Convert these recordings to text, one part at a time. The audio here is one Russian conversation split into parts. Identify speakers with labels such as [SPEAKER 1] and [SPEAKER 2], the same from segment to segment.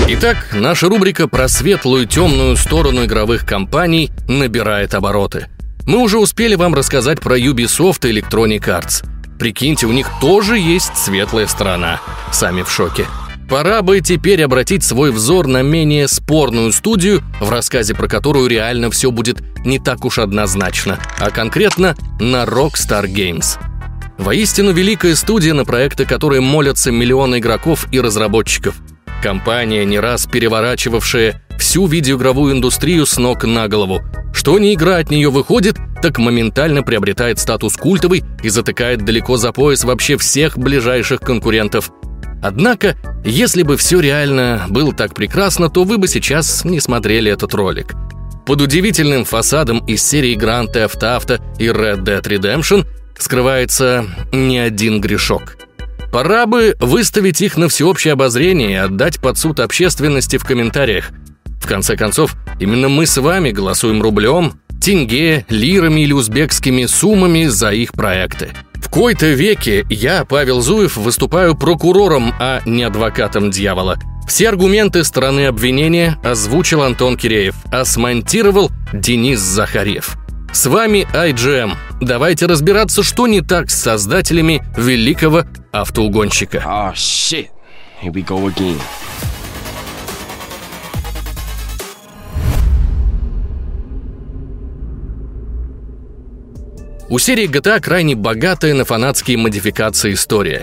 [SPEAKER 1] Итак, наша рубрика про светлую и темную сторону игровых компаний набирает обороты. Мы уже успели вам рассказать про Ubisoft и Electronic Arts. Прикиньте, у них тоже есть светлая сторона. Сами в шоке. Пора бы теперь обратить свой взор на менее спорную студию, в рассказе про которую реально все будет не так уж однозначно, а конкретно на Rockstar Games. Воистину великая студия, на проекты которой молятся миллионы игроков и разработчиков. Компания, не раз переворачивавшая всю видеоигровую индустрию с ног на голову. Что ни игра от нее выходит, так моментально приобретает статус культовый и затыкает далеко за пояс вообще всех ближайших конкурентов. Однако, если бы все реально было так прекрасно, то вы бы сейчас не смотрели этот ролик. Под удивительным фасадом из серии Grand Theft Auto и Red Dead Redemption скрывается не один грешок. Пора бы выставить их на всеобщее обозрение и отдать под суд общественности в комментариях. В конце концов, именно мы с вами голосуем рублем, тенге, лирами или узбекскими суммами за их проекты. В кои-то веке я, Павел Зуев, выступаю прокурором, а не адвокатом дьявола. Все аргументы стороны обвинения озвучил Антон Киреев, а смонтировал Денис Захарьев. С вами IGM. Давайте разбираться, что не так с создателями великого автоугонщика.
[SPEAKER 2] Oh shit. Here we go again.
[SPEAKER 1] У серии GTA крайне богатая на фанатские модификации история.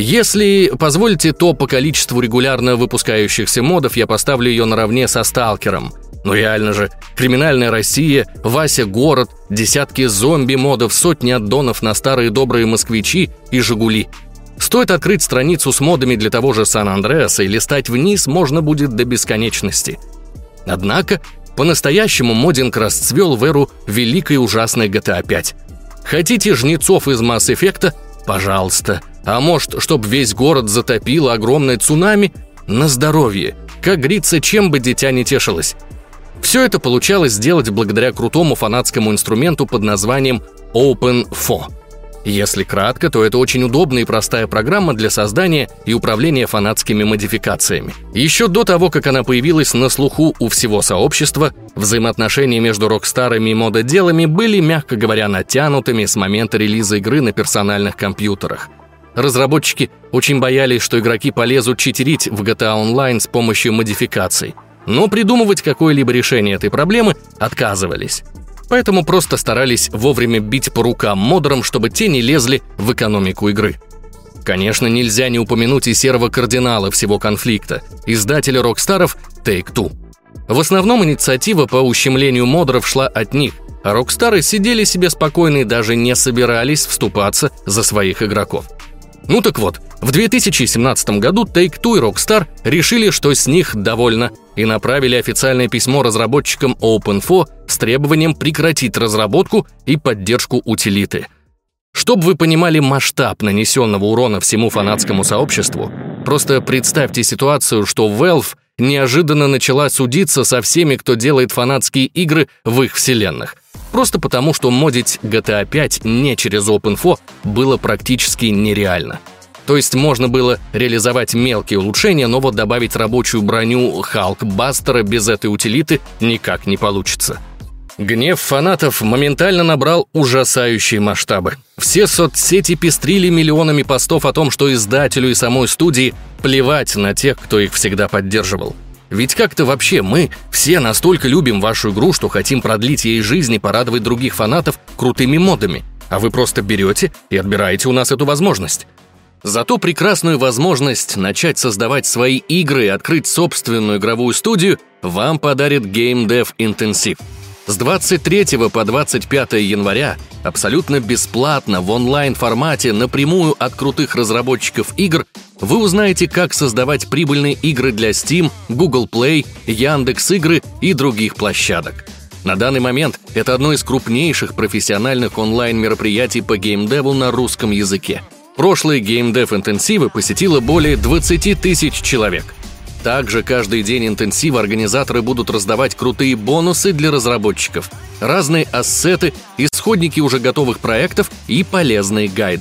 [SPEAKER 1] Если позволите, то по количеству регулярно выпускающихся модов я поставлю ее наравне со Сталкером. Ну реально же, криминальная Россия, Вася Город, десятки зомби-модов, сотни аддонов на старые добрые москвичи и Жигули. Стоит открыть страницу с модами для того же Сан-Андреаса, и листать вниз можно будет до бесконечности. Однако, по-настоящему моддинг расцвел в эру великой и ужасной GTA 5. Хотите жнецов из Mass Effect? Пожалуйста. А может, чтоб весь город затопило огромное цунами? На здоровье. Как говорится, чем бы дитя не тешилось. Все это получалось сделать благодаря крутому фанатскому инструменту под названием OpenFO. Если кратко, то это очень удобная и простая программа для создания и управления фанатскими модификациями. Еще до того, как она появилась на слуху у всего сообщества, взаимоотношения между рокстарами и мододелами были, мягко говоря, натянутыми с момента релиза игры на персональных компьютерах. Разработчики очень боялись, что игроки полезут читерить в GTA Online с помощью модификаций, но придумывать какое-либо решение этой проблемы отказывались. Поэтому просто старались вовремя бить по рукам модерам, чтобы те не лезли в экономику игры. Конечно, нельзя не упомянуть и серого кардинала всего конфликта, издателя рокстаров Take-Two. В основном инициатива по ущемлению модеров шла от них, а рокстары сидели себе спокойно и даже не собирались вступаться за своих игроков. Ну так вот, в 2017 году Take-Two и Rockstar решили, что с них довольно, и направили официальное письмо разработчикам OpenFO с требованием прекратить разработку и поддержку утилиты. Чтобы вы понимали масштаб нанесенного урона всему фанатскому сообществу, просто представьте ситуацию, что Valve неожиданно начала судиться со всеми, кто делает фанатские игры в их вселенных. Просто потому, что модить GTA 5 не через OpenFO было практически нереально. То есть можно было реализовать мелкие улучшения, но вот добавить рабочую броню Халкбастера без этой утилиты никак не получится. Гнев фанатов моментально набрал ужасающие масштабы. Все соцсети пестрили миллионами постов о том, что издателю и самой студии плевать на тех, кто их всегда поддерживал. Ведь как-то вообще мы все настолько любим вашу игру, что хотим продлить ей жизнь и порадовать других фанатов крутыми модами, а вы просто берете и отбираете у нас эту возможность. Зато прекрасную возможность начать создавать свои игры и открыть собственную игровую студию вам подарит Game Dev Intensive. С 23 по 25 января абсолютно бесплатно в онлайн-формате напрямую от крутых разработчиков игр вы узнаете, как создавать прибыльные игры для Steam, Google Play, Яндекс.Игры и других площадок. На данный момент это одно из крупнейших профессиональных онлайн-мероприятий по геймдеву на русском языке. Прошлые Game Dev интенсивы посетило более 20 тысяч человек. Также каждый день интенсива организаторы будут раздавать крутые бонусы для разработчиков, разные ассеты, исходники уже готовых проектов и полезные гайды.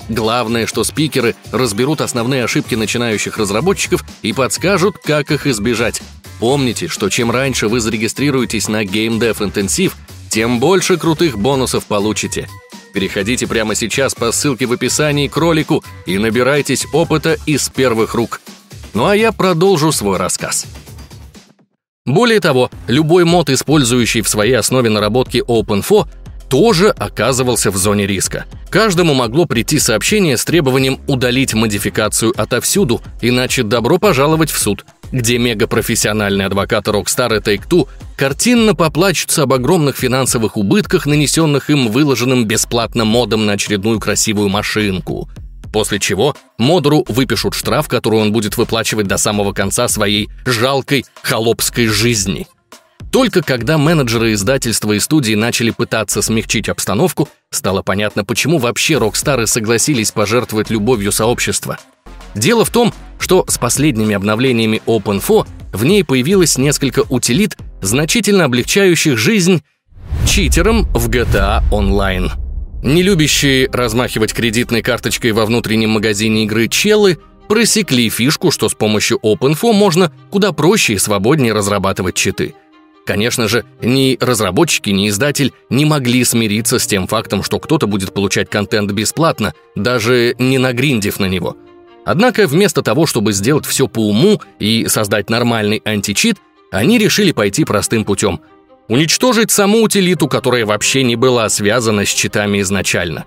[SPEAKER 1] Главное, что спикеры разберут основные ошибки начинающих разработчиков и подскажут, как их избежать. Помните, что чем раньше вы зарегистрируетесь на Game Dev Intensive, тем больше крутых бонусов получите. Переходите прямо сейчас по ссылке в описании к ролику и набирайтесь опыта из первых рук. Ну а я продолжу свой рассказ. Более того, любой мод, использующий в своей основе наработки OpenFOAA, тоже оказывался в зоне риска. Каждому могло прийти сообщение с требованием удалить модификацию отовсюду, иначе добро пожаловать в суд, где мегапрофессиональные адвокаты Rockstar и Take-Two картинно поплачутся об огромных финансовых убытках, нанесенных им выложенным бесплатно модом на очередную красивую машинку. После чего модеру выпишут штраф, который он будет выплачивать до самого конца своей жалкой холопской жизни. Только когда менеджеры издательства и студии начали пытаться смягчить обстановку, стало понятно, почему вообще Rockstar согласились пожертвовать любовью сообщества. Дело в том, что с последними обновлениями OpenFOAA в ней появилось несколько утилит, значительно облегчающих жизнь читерам в GTA Online. Не любящие размахивать кредитной карточкой во внутреннем магазине игры челы просекли фишку, что с помощью OpenFOAA можно куда проще и свободнее разрабатывать читы. Конечно же, ни разработчики, ни издатель не могли смириться с тем фактом, что кто-то будет получать контент бесплатно, даже не нагриндив на него. Однако вместо того, чтобы сделать все по уму и создать нормальный античит, они решили пойти простым путем – уничтожить саму утилиту, которая вообще не была связана с читами изначально.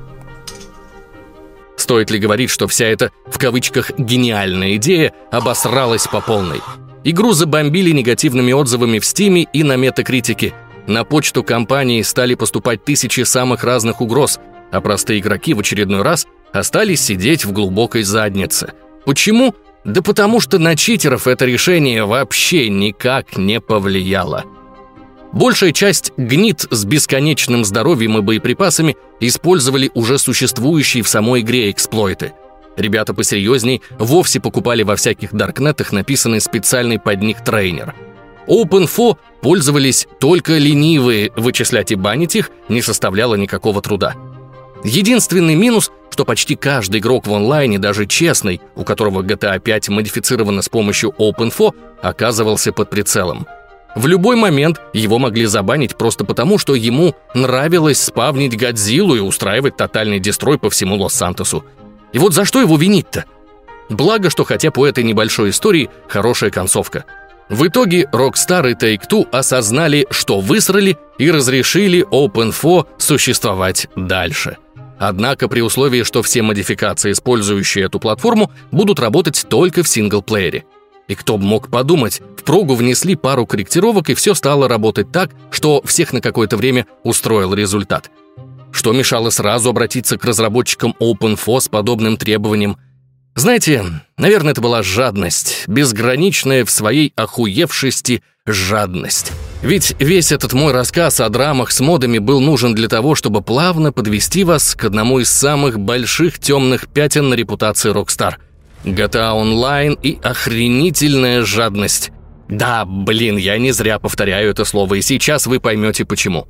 [SPEAKER 1] Стоит ли говорить, что вся эта, в кавычках, гениальная идея обосралась по полной? Игру забомбили негативными отзывами в Steam и на Metacritic. На почту компании стали поступать тысячи самых разных угроз, а простые игроки в очередной раз остались сидеть в глубокой заднице. Почему? Да потому что на читеров это решение вообще никак не повлияло. Большая часть гнид с бесконечным здоровьем и боеприпасами использовали уже существующие в самой игре эксплойты. Ребята посерьезней вовсе покупали во всяких даркнетах написанный специальный под них трейнер. OpenFOAA пользовались только ленивые, вычислять и банить их не составляло никакого труда. Единственный минус, что почти каждый игрок в онлайне, даже честный, у которого GTA 5 модифицирована с помощью OpenFOAA, оказывался под прицелом. В любой момент его могли забанить просто потому, что ему нравилось спавнить Годзиллу и устраивать тотальный дестрой по всему Лос-Сантосу. И вот за что его винить-то? Благо, что хотя по этой небольшой истории хорошая концовка. В итоге Rockstar и Take-Two осознали, что высрали, и разрешили OpenFOAA существовать дальше. Однако при условии, что все модификации, использующие эту платформу, будут работать только в синглплеере. И кто бы мог подумать, в прогу внесли пару корректировок, и все стало работать так, что всех на какое-то время устроил результат. Что мешало сразу обратиться к разработчикам OpenFOAA с подобным требованием? Знаете, наверное, это была жадность, безграничная в своей охуевшести жадность. Ведь весь этот мой рассказ о драмах с модами был нужен для того, чтобы плавно подвести вас к одному из самых больших темных пятен на репутации Rockstar – GTA Online и охренительная жадность. Да, блин, я не зря повторяю это слово, и сейчас вы поймете почему.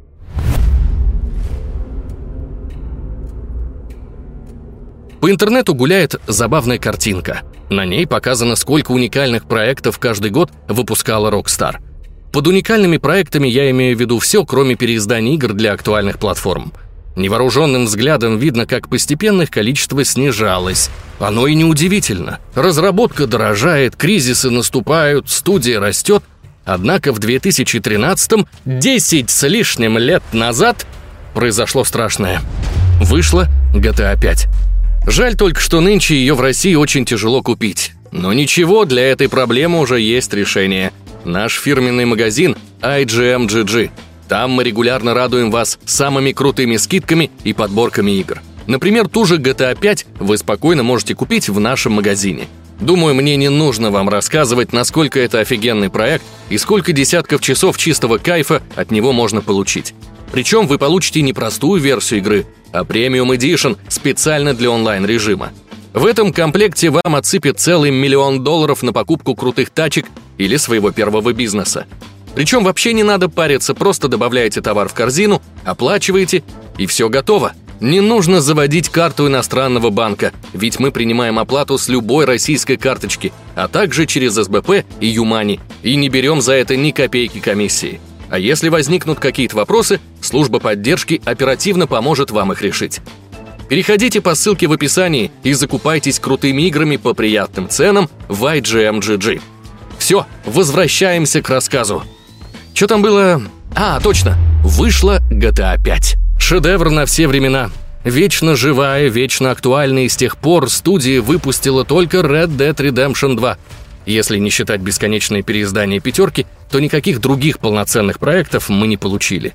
[SPEAKER 1] По интернету гуляет забавная картинка. На ней показано, сколько уникальных проектов каждый год выпускала Rockstar. Под уникальными проектами я имею в виду все, кроме переизданий игр для актуальных платформ. Невооруженным взглядом видно, как постепенно их количество снижалось. Оно и неудивительно. Разработка дорожает, кризисы наступают, студия растет. Однако в 2013-м, 10 с лишним лет назад, произошло страшное. Вышла GTA 5. Жаль только, что нынче ее в России очень тяжело купить. Но ничего, для этой проблемы уже есть решение. Наш фирменный магазин IGM.GG. Там мы регулярно радуем вас самыми крутыми скидками и подборками игр. Например, ту же GTA 5 вы спокойно можете купить в нашем магазине. Думаю, мне не нужно вам рассказывать, насколько это офигенный проект и сколько десятков часов чистого кайфа от него можно получить. Причем вы получите не простую версию игры, а премиум эдишн специально для онлайн-режима. В этом комплекте вам отсыпят целый $1 миллион на покупку крутых тачек или своего первого бизнеса. Причем вообще не надо париться, просто добавляете товар в корзину, оплачиваете, и все готово. Не нужно заводить карту иностранного банка, ведь мы принимаем оплату с любой российской карточки, а также через СБП и Юмани, и не берем за это ни копейки комиссии. А если возникнут какие-то вопросы, служба поддержки оперативно поможет вам их решить. Переходите по ссылке в описании и закупайтесь крутыми играми по приятным ценам в IGM.GG. Все, возвращаемся к рассказу. Что там было? Точно, вышла GTA 5. Шедевр на все времена. Вечно живая, вечно актуальная, и с тех пор студия выпустила только Red Dead Redemption 2. Если не считать бесконечные переиздания пятерки, то никаких других полноценных проектов мы не получили.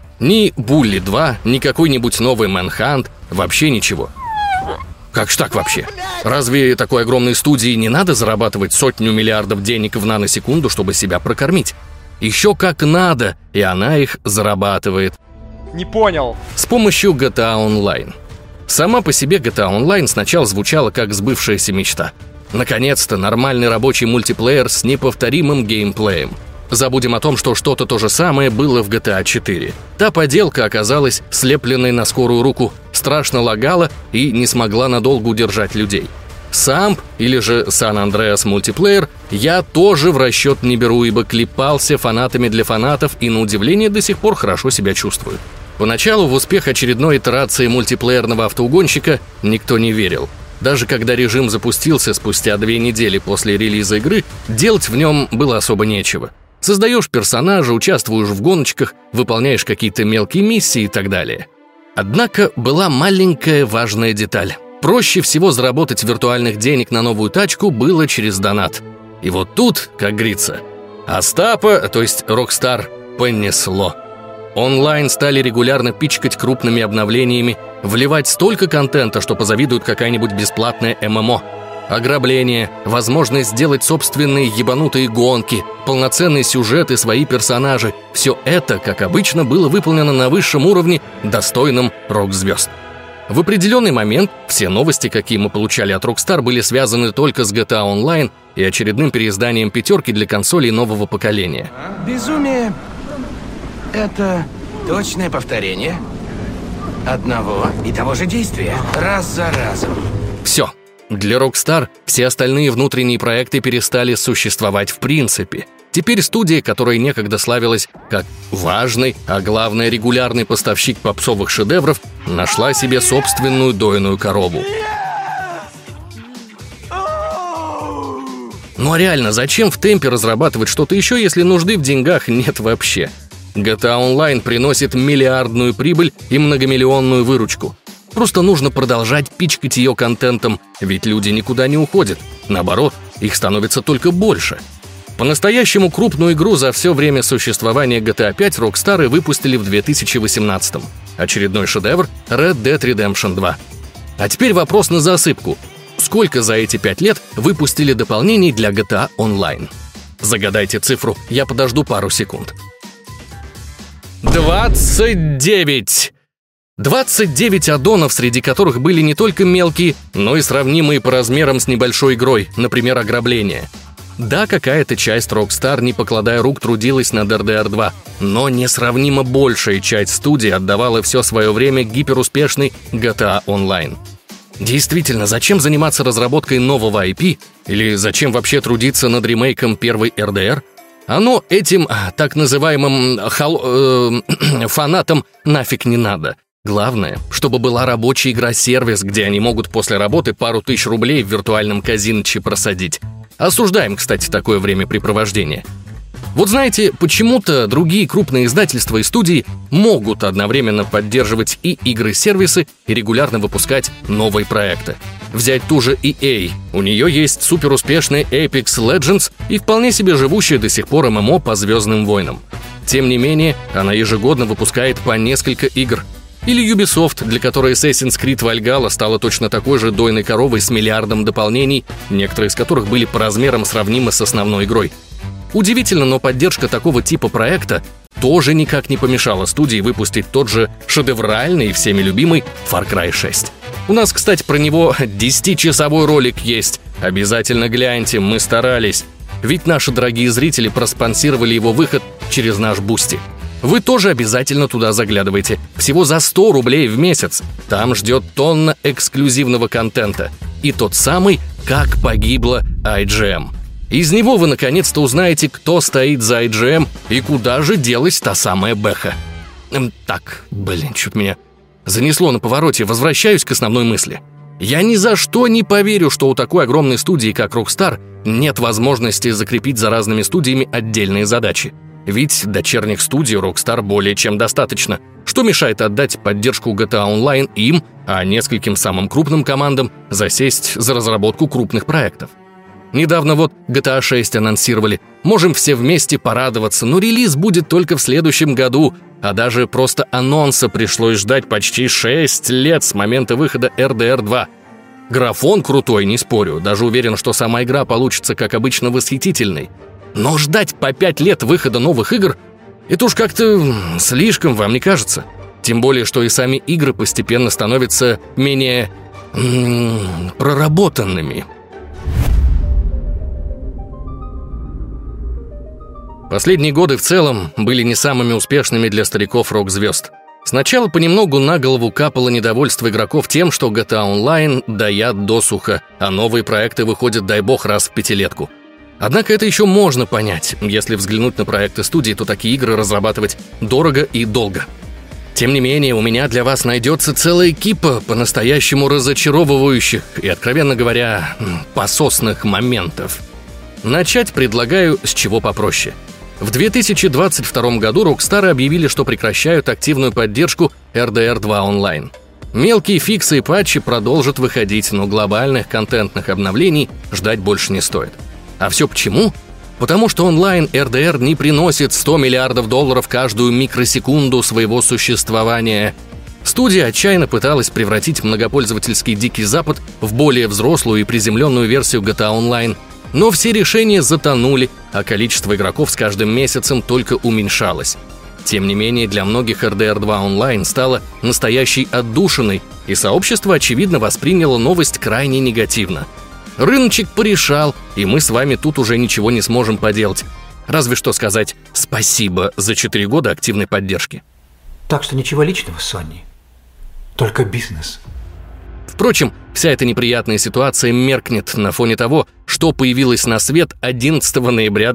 [SPEAKER 1] Ни Bully 2, ни какой-нибудь новый Manhunt, вообще ничего. Как ж так вообще? Разве такой огромной студии не надо зарабатывать сотню миллиардов денег в наносекунду, чтобы себя прокормить? Еще как надо, и она их зарабатывает.
[SPEAKER 3] Не понял.
[SPEAKER 1] С помощью GTA Online. Сама по себе GTA Online сначала звучала как сбывшаяся мечта. Наконец-то нормальный рабочий мультиплеер с неповторимым геймплеем. Забудем о том, что что-то то же самое было в GTA 4. Та поделка оказалась слепленной на скорую руку, страшно лагала и не смогла надолго удержать людей. Самп, или же San Andreas мультиплеер, я тоже в расчет не беру, ибо клепался фанатами для фанатов и, на удивление, до сих пор хорошо себя чувствую. Поначалу в успех очередной итерации мультиплеерного автоугонщика никто не верил. Даже когда режим запустился спустя 2 недели после релиза игры, делать в нем было особо нечего. Создаешь персонажа, участвуешь в гоночках, выполняешь какие-то мелкие миссии и так далее. Однако была маленькая важная деталь. Проще всего заработать виртуальных денег на новую тачку было через донат. И вот тут, как говорится, Остапа, то есть Rockstar, понесло. Онлайн стали регулярно пичкать крупными обновлениями, вливать столько контента, что позавидует какая-нибудь бесплатная ММО. Ограбление, возможность сделать собственные ебанутые гонки, полноценный сюжет и свои персонажи – все это, как обычно, было выполнено на высшем уровне, достойном рок-звезд. В определенный момент все новости, какие мы получали от Rockstar, были связаны только с GTA Online и очередным переизданием пятерки для консолей нового поколения.
[SPEAKER 4] Безумие — это точное повторение одного и того же действия, раз за разом.
[SPEAKER 1] Все. Для Rockstar все остальные внутренние проекты перестали существовать в принципе. Теперь студия, которая некогда славилась как важный, а главное регулярный поставщик попсовых шедевров, нашла себе собственную дойную корову. Ну а реально, зачем в темпе разрабатывать что-то еще, если нужды в деньгах нет вообще? GTA Online приносит миллиардную прибыль и многомиллионную выручку. Просто нужно продолжать пичкать ее контентом, ведь люди никуда не уходят. Наоборот, их становится только больше. По-настоящему крупную игру за все время существования GTA 5 Rockstar выпустили в 2018-м. Очередной шедевр — Red Dead Redemption 2. А теперь вопрос на засыпку. Сколько за эти 5 лет выпустили дополнений для GTA Online? Загадайте цифру, я подожду пару секунд. 29! 29 аддонов, среди которых были не только мелкие, но и сравнимые по размерам с небольшой игрой, например, ограбление. Да, какая-то часть Rockstar, не покладая рук, трудилась над RDR 2, но несравнимо большая часть студии отдавала все свое время гиперуспешной GTA Online. Действительно, зачем заниматься разработкой нового IP? Или зачем вообще трудиться над ремейком первой RDR? Оно этим так называемым фанатам нафиг не надо. Главное, чтобы была рабочая игра-сервис, где они могут после работы пару тысяч рублей в виртуальном казиноче просадить. Осуждаем, кстати, такое времяпрепровождение. Вот знаете, почему-то другие крупные издательства и студии могут одновременно поддерживать и игры-сервисы, и регулярно выпускать новые проекты. Взять ту же EA. У нее есть суперуспешный Apex Legends и вполне себе живущая до сих пор ММО по Звездным войнам. Тем не менее, она ежегодно выпускает по несколько игр. Или Ubisoft, для которой Assassin's Creed Valhalla стала точно такой же дойной коровой с миллиардом дополнений, некоторые из которых были по размерам сравнимы с основной игрой. Удивительно, но поддержка такого типа проекта тоже никак не помешала студии выпустить тот же шедевральный и всеми любимый Far Cry 6. У нас, кстати, про него 10-часовой ролик есть. Обязательно гляньте, мы старались. Ведь наши дорогие зрители проспонсировали его выход через наш Бусти. Вы тоже обязательно туда заглядывайте. Всего за 100 рублей в месяц. Там ждет тонна эксклюзивного контента. И тот самый «Как погибла IGM». Из него вы наконец-то узнаете, кто стоит за IGM и куда же делась та самая Бэха. Так, что-то меня занесло на повороте. Возвращаюсь к основной мысли. Я ни за что не поверю, что у такой огромной студии, как Rockstar, нет возможности закрепить за разными студиями отдельные задачи. Ведь дочерних студий Rockstar более чем достаточно. Что мешает отдать поддержку GTA Online им, а нескольким самым крупным командам засесть за разработку крупных проектов? Недавно вот GTA 6 анонсировали. Можем все вместе порадоваться, но релиз будет только в следующем году, а даже просто анонса пришлось ждать почти 6 лет с момента выхода RDR 2. Графон крутой, не спорю, даже уверен, что сама игра получится, как обычно, восхитительной. Но ждать по 5 лет выхода новых игр — это уж как-то слишком, вам не кажется? Тем более, что и сами игры постепенно становятся менее проработанными. Последние годы в целом были не самыми успешными для стариков рок-звезд. Сначала понемногу на голову капало недовольство игроков тем, что GTA Online доят досуха, а новые проекты выходят, дай бог, раз в пятилетку. Однако это еще можно понять. Если взглянуть на проекты студии, то такие игры разрабатывать дорого и долго. Тем не менее, у меня для вас найдется целая кипа по-настоящему разочаровывающих и, откровенно говоря, пососных моментов. Начать предлагаю с чего попроще. В 2022 году Rockstar объявили, что прекращают активную поддержку RDR 2 Online. Мелкие фиксы и патчи продолжат выходить, но глобальных контентных обновлений ждать больше не стоит. А все почему? Потому что онлайн RDR не приносит $100 миллиардов каждую микросекунду своего существования. Студия отчаянно пыталась превратить многопользовательский Дикий Запад в более взрослую и приземленную версию GTA Online, но все решения затонули, а количество игроков с каждым месяцем только уменьшалось. Тем не менее, для многих RDR 2 Online стало настоящей отдушиной, и сообщество, очевидно, восприняло новость крайне негативно. Рыночек порешал, и мы с вами тут уже ничего не сможем поделать. Разве что сказать спасибо за 4 года активной поддержки.
[SPEAKER 3] Так что ничего личного, Сонни. Только бизнес.
[SPEAKER 1] Впрочем, вся эта неприятная ситуация меркнет на фоне того, что появилось на свет 11 ноября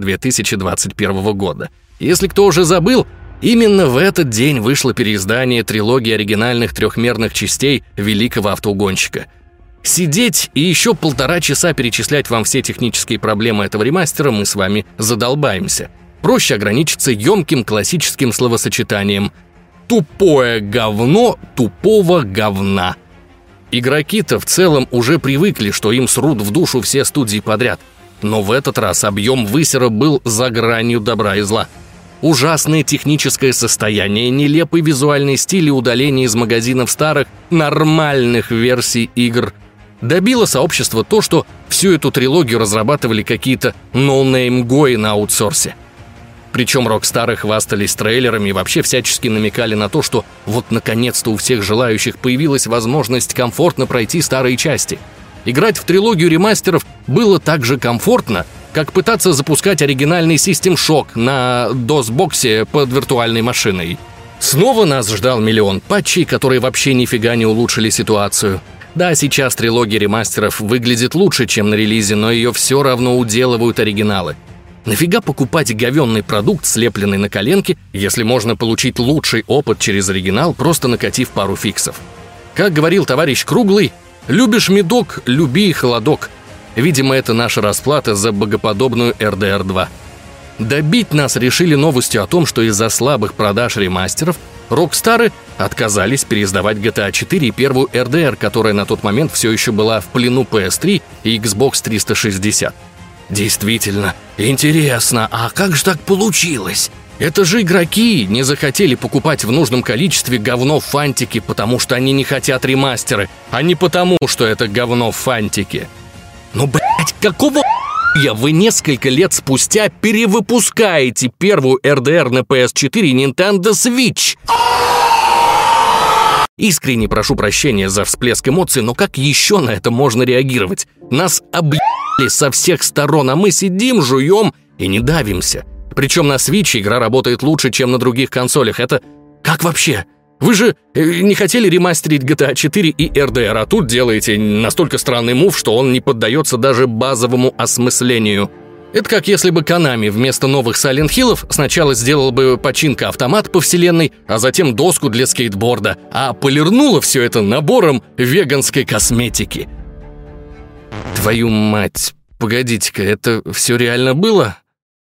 [SPEAKER 1] 2021 года. Если кто уже забыл, именно в этот день вышло переиздание трилогии оригинальных трехмерных частей «Великого автоугонщика». Сидеть и еще 1,5 часа перечислять вам все технические проблемы этого ремастера мы с вами задолбаемся. Проще ограничиться емким классическим словосочетанием «тупое говно тупого говна». Игроки-то в целом уже привыкли, что им срут в душу все студии подряд. Но в этот раз объем высера был за гранью добра и зла. Ужасное техническое состояние, нелепый визуальный стиль и удаление из магазинов старых, нормальных версий игр добило сообщество то, что всю эту трилогию разрабатывали какие-то ноунейм-гои на аутсорсе. Причем Rockstar хвастались трейлерами и вообще всячески намекали на то, что вот наконец-то у всех желающих появилась возможность комфортно пройти старые части. Играть в трилогию ремастеров было так же комфортно, как пытаться запускать оригинальный System Shock на DOS-боксе под виртуальной машиной. Снова нас ждал миллион патчей, которые вообще нифига не улучшили ситуацию. Да, сейчас трилогия ремастеров выглядит лучше, чем на релизе, но ее все равно уделывают оригиналы. Нафига покупать говенный продукт, слепленный на коленке, если можно получить лучший опыт через оригинал, просто накатив пару фиксов? Как говорил товарищ Круглый, «Любишь медок, люби и холодок». Видимо, это наша расплата за богоподобную RDR 2. Добить нас решили новостью о том, что из-за слабых продаж ремастеров Rockstar отказались переиздавать GTA 4 и первую RDR, которая на тот момент все еще была в плену PS3 и Xbox 360. Действительно, интересно, а как же так получилось? Это же игроки не захотели покупать в нужном количестве говно в фантике, потому что они не хотят ремастеры, а не потому, что это говно в фантике. Ну, блять, какого вы несколько лет спустя перевыпускаете первую RDR на PS4 и Nintendo Switch? Искренне прошу прощения за всплеск эмоций, но как еще на это можно реагировать? Нас объебали со всех сторон, а мы сидим, жуем и не давимся. Причем на Switch игра работает лучше, чем на других консолях. Это как вообще? Вы же не хотели ремастерить GTA 4 и RDR, а тут делаете настолько странный мув, что он не поддается даже базовому осмыслению. Это как если бы Konami вместо новых Silent Hill'ов сначала сделал бы починка-автомат по вселенной, а затем доску для скейтборда, а полирнуло все это набором веганской косметики. Твою мать, погодите-ка, это все реально было?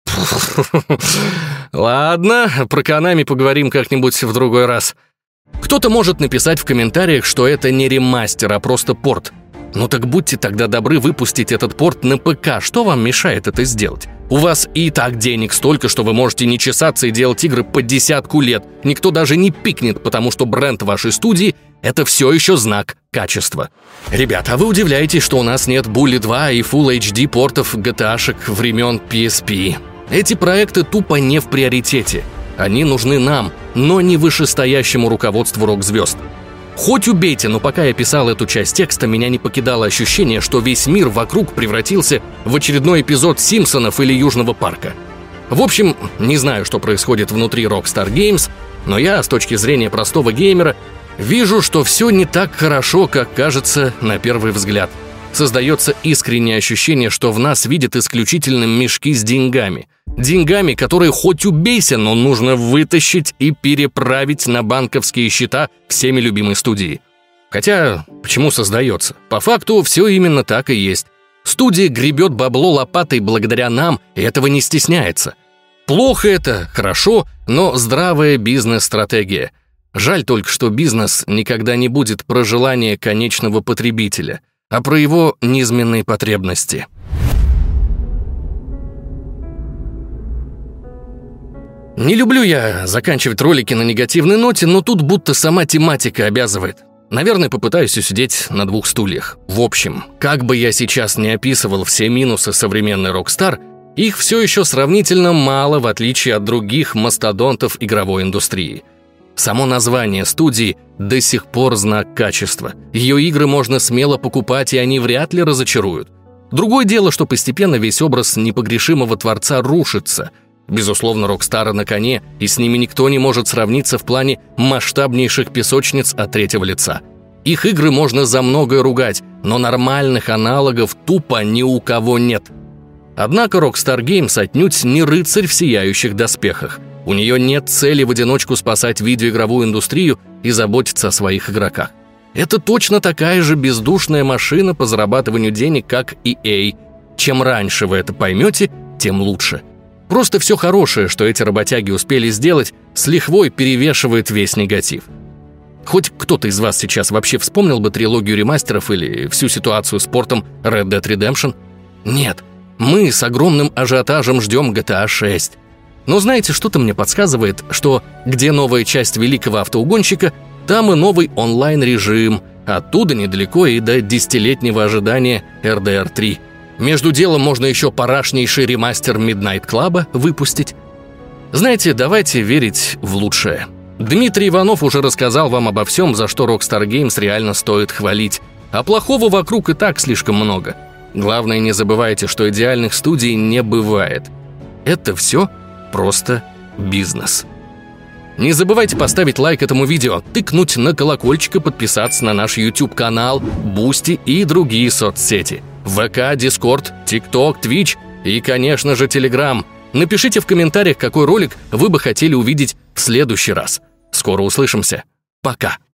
[SPEAKER 1] Ладно, про Konami поговорим как-нибудь в другой раз. Кто-то может написать в комментариях, что это не ремастер, а просто порт. Ну так будьте тогда добры выпустить этот порт на ПК. Что вам мешает это сделать? У вас и так денег столько, что вы можете не чесаться и делать игры по 10 лет. Никто даже не пикнет, потому что бренд вашей студии — это все еще знак качества. Ребята, а вы удивляетесь, что у нас нет Bully 2 и Full HD портов GTA-шек времен PSP. Эти проекты тупо не в приоритете. Они нужны нам, но не вышестоящему руководству рок-звезд. Хоть убейте, но пока я писал эту часть текста, меня не покидало ощущение, что весь мир вокруг превратился в очередной эпизод «Симпсонов» или «Южного парка». В общем, не знаю, что происходит внутри Rockstar Games, но я, с точки зрения простого геймера, вижу, что все не так хорошо, как кажется на первый взгляд. Создается искреннее ощущение, что в нас видят исключительно мешки с деньгами. Деньгами, которые хоть убейся, но нужно вытащить и переправить на банковские счета всеми любимой студии. Хотя, почему создается? По факту, все именно так и есть. Студия гребет бабло лопатой благодаря нам, и этого не стесняется. Плохо это, хорошо, но здравая бизнес-стратегия. Жаль только, что бизнес никогда не будет про желание конечного потребителя, а про его низменные потребности. Не люблю я заканчивать ролики на негативной ноте, но тут будто сама тематика обязывает. Наверное, попытаюсь усидеть на двух стульях. В общем, как бы я сейчас не описывал все минусы современной Rockstar, их все еще сравнительно мало, в отличие от других мастодонтов игровой индустрии. Само название студии до сих пор знак качества. Ее игры можно смело покупать, и они вряд ли разочаруют. Другое дело, что постепенно весь образ непогрешимого творца рушится. Безусловно, Rockstar на коне, и с ними никто не может сравниться в плане масштабнейших песочниц от третьего лица. Их игры можно за многое ругать, но нормальных аналогов тупо ни у кого нет. Однако Rockstar Games отнюдь не рыцарь в сияющих доспехах. У нее нет цели в одиночку спасать видеоигровую индустрию и заботиться о своих игроках. Это точно такая же бездушная машина по зарабатыванию денег, как EA. Чем раньше вы это поймете, тем лучше. Просто все хорошее, что эти работяги успели сделать, с лихвой перевешивает весь негатив. Хоть кто-то из вас сейчас вообще вспомнил бы трилогию ремастеров или всю ситуацию с портом Red Dead Redemption? Нет, мы с огромным ажиотажем ждем GTA 6. Но знаете, что-то мне подсказывает, что где новая часть великого автоугонщика, там и новый онлайн-режим, оттуда недалеко и до 10-летнего ожидания RDR 3. Между делом можно еще парашнейший ремастер Midnight Club'а выпустить. Знаете, давайте верить в лучшее. Дмитрий Иванов уже рассказал вам обо всем, за что Rockstar Games реально стоит хвалить. А плохого вокруг и так слишком много. Главное, не забывайте, что идеальных студий не бывает. Это все просто бизнес. Не забывайте поставить лайк этому видео, тыкнуть на колокольчик и подписаться на наш YouTube-канал, Boosty и другие соцсети. ВК, Дискорд, ТикТок, Твич и, конечно же, Телеграм. Напишите в комментариях, какой ролик вы бы хотели увидеть в следующий раз. Скоро услышимся. Пока.